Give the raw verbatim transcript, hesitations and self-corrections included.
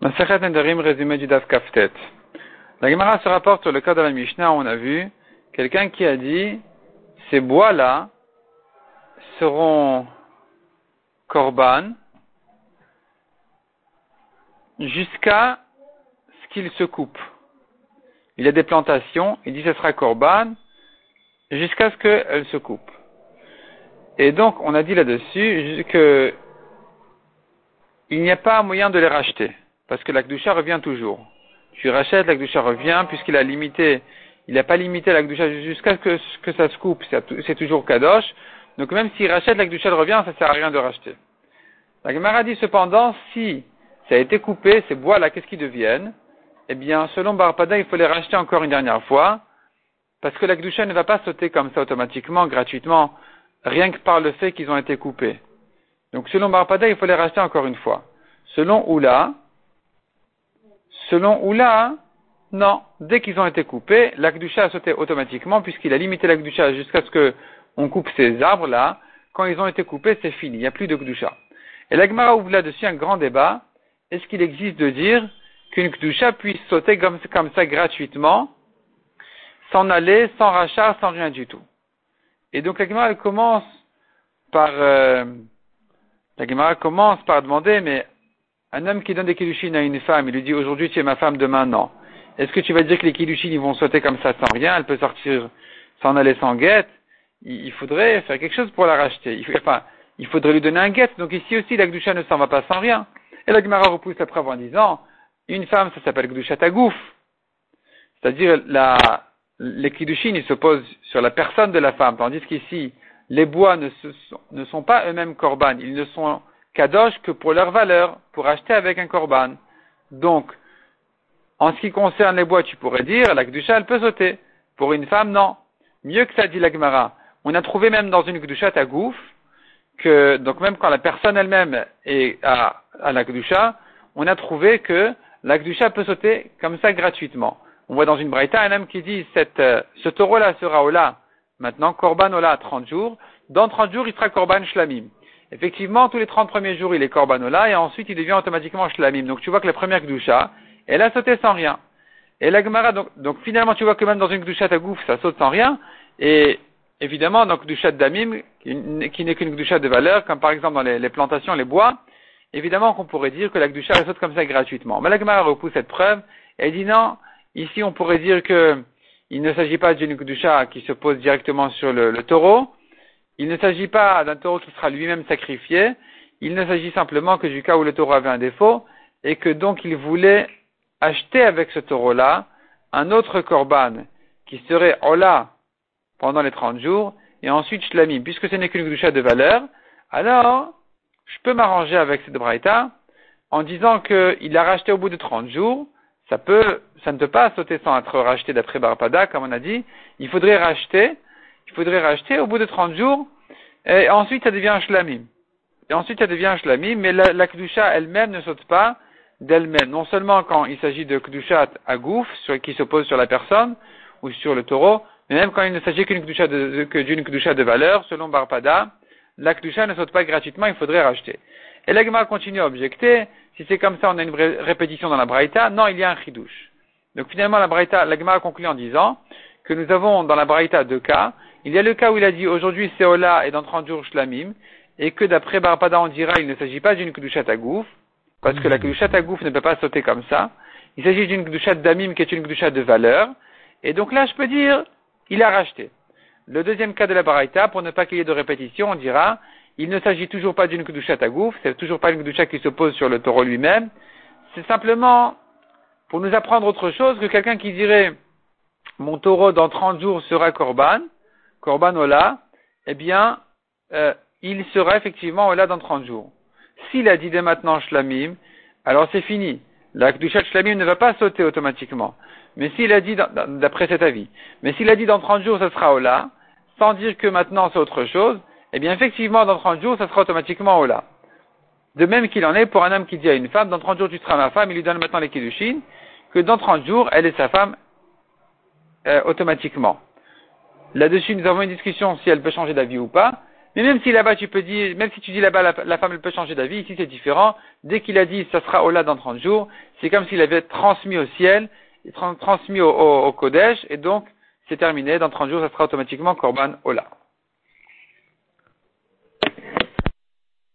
Masechet Nedarim, résumé du Daf Kaftet. La Gemara se rapporte sur le cas de la Mishnah où on a vu quelqu'un qui a dit ces bois-là seront korban jusqu'à ce qu'ils se coupent. Il y a des plantations, il dit ce sera korban jusqu'à ce qu'elles se coupent. Et donc on a dit là-dessus que il n'y a pas moyen de les racheter. Parce que la Kedusha revient toujours. Tu rachètes, la Kedusha revient, puisqu'il a limité, il n'a pas limité la Kedusha jusqu'à ce que, que ça se coupe, c'est toujours Kadosh. Donc même s'il rachète, la Kedusha revient, ça ne sert à rien de racheter. La Gemara dit cependant, si ça a été coupé, ces bois-là, qu'est-ce qu'ils deviennent? Eh bien, selon Barpada, il faut les racheter encore une dernière fois, parce que la Kedusha ne va pas sauter comme ça automatiquement, gratuitement, rien que par le fait qu'ils ont été coupés. Donc selon Barpada, il faut les racheter encore une fois. Selon Oula, Selon Oula, non. Dès qu'ils ont été coupés, la Kedusha a sauté automatiquement puisqu'il a limité la Kedusha jusqu'à ce qu'on coupe ces arbres-là. Quand ils ont été coupés, c'est fini. Il n'y a plus de Kedusha. Et la Gemara ouvre là-dessus un grand débat. Est-ce qu'il existe de dire qu'une Kedusha puisse sauter comme, comme ça gratuitement, sans aller, sans rachat, sans rien du tout? Et donc la Gemara elle commence par, euh, la Gemara commence par demander, mais un homme qui donne des kiddushin à une femme, il lui dit aujourd'hui tu es ma femme, demain non. Est-ce que tu vas dire que les kiddushin ils vont sauter comme ça sans rien, elle peut sortir s'en aller sans guette? Il faudrait faire quelque chose pour la racheter. Il, enfin, il faudrait lui donner un guette. Donc ici aussi la kedusha ne s'en va pas sans rien. Et la Gemara repousse la preuve en disant une femme ça s'appelle kedusha tagouf. C'est-à-dire la, les kiddushin ils se posent sur la personne de la femme, tandis qu'ici les bois ne, se sont, ne sont pas eux-mêmes korban, ils ne sont kadosh que pour leur valeur, pour acheter avec un korban. Donc, en ce qui concerne les bois, tu pourrais dire, la kedusha, elle peut sauter. Pour une femme, non. Mieux que ça, dit la Gemara. On a trouvé même dans une kedusha tagouf, que, donc même quand la personne elle-même est à, à la kedusha, on a trouvé que la kedusha peut sauter comme ça gratuitement. On voit dans une braïta un homme qui dit, cette, euh, ce taureau-là sera ola, maintenant, korban ola à trente jours. Dans trente jours, il sera korban shlamim. Effectivement, tous les trente premiers jours, il est korbanola, et ensuite, il devient automatiquement shlamim. Donc, tu vois que la première kedusha, elle a sauté sans rien. Et la Gemara, donc, donc, finalement, tu vois que même dans une kedusha tagouf, ça saute sans rien. Et, évidemment, dans kedusha damim, qui, qui n'est qu'une kedusha de valeur, comme par exemple dans les, les plantations, les bois, évidemment qu'on pourrait dire que la kedusha, elle saute comme ça gratuitement. Mais la Gemara repousse cette preuve, et elle dit non, ici, on pourrait dire que il ne s'agit pas d'une kedusha qui se pose directement sur le, le taureau. Il ne s'agit pas d'un taureau qui sera lui-même sacrifié, il ne s'agit simplement que du cas où le taureau avait un défaut, et que donc il voulait acheter avec ce taureau-là un autre korban, qui serait ola pendant les trente jours, et ensuite shlamim. Puisque ce n'est qu'une kedusha de valeur, alors je peux m'arranger avec cette braïta en disant qu'il a racheté au bout de trente jours, ça peut, ça ne peut pas sauter sans être racheté d'après Barpada, comme on a dit, il faudrait racheter, il faudrait racheter au bout de trente jours, et ensuite ça devient un shlamim. Et ensuite ça devient un shlamim, mais la, la kedusha elle-même ne saute pas d'elle-même. Non seulement quand il s'agit de kedusha à gouf, qui s'oppose sur la personne, ou sur le taureau, mais même quand il ne s'agit qu'une kedusha de, que d'une kedusha de valeur, selon Barpada, la kedusha ne saute pas gratuitement, il faudrait racheter. Et la Gemara continue à objecter, si c'est comme ça on a une répétition dans la braïta, non, il y a un chidouche. Donc finalement la braïta, la Gemara conclut en disant que nous avons dans la braïta deux cas. Il y a le cas où il a dit aujourd'hui c'est Ola et dans trente jours Shlamim, et que d'après Barpada on dira il ne s'agit pas d'une kedusha tagouf, parce que la kedusha tagouf ne peut pas sauter comme ça. Il s'agit d'une kedusha damim qui est une kedusha de valeur, et donc là je peux dire il a racheté. Le deuxième cas de la braïta, pour ne pas qu'il y ait de répétition, on dira il ne s'agit toujours pas d'une kedusha tagouf, c'est toujours pas une kedusha qui se pose sur le taureau lui-même, c'est simplement pour nous apprendre autre chose que quelqu'un qui dirait mon taureau dans trente jours sera korban, korban ola, eh bien, euh, il sera effectivement ola dans trente jours. S'il a dit dès maintenant shlamim, alors c'est fini. La kedusha shlamim ne va pas sauter automatiquement. Mais s'il a dit, d'après cet avis, mais s'il a dit dans trente jours, ça sera ola, sans dire que maintenant c'est autre chose, eh bien, effectivement, dans trente jours, ça sera automatiquement ola. De même qu'il en est pour un homme qui dit à une femme, dans trente jours tu seras ma femme, il lui donne maintenant les kiddushin, que dans trente jours, elle est sa femme, euh, automatiquement. Là-dessus, nous avons une discussion si elle peut changer d'avis ou pas. Mais même si là-bas tu peux dire, même si tu dis là-bas la, la femme elle peut changer d'avis, ici c'est différent. Dès qu'il a dit ça sera Ola dans trente jours, c'est comme s'il avait transmis au ciel, transmis au, au, au Kodesh, et donc c'est terminé, dans trente jours ça sera automatiquement Korban Ola.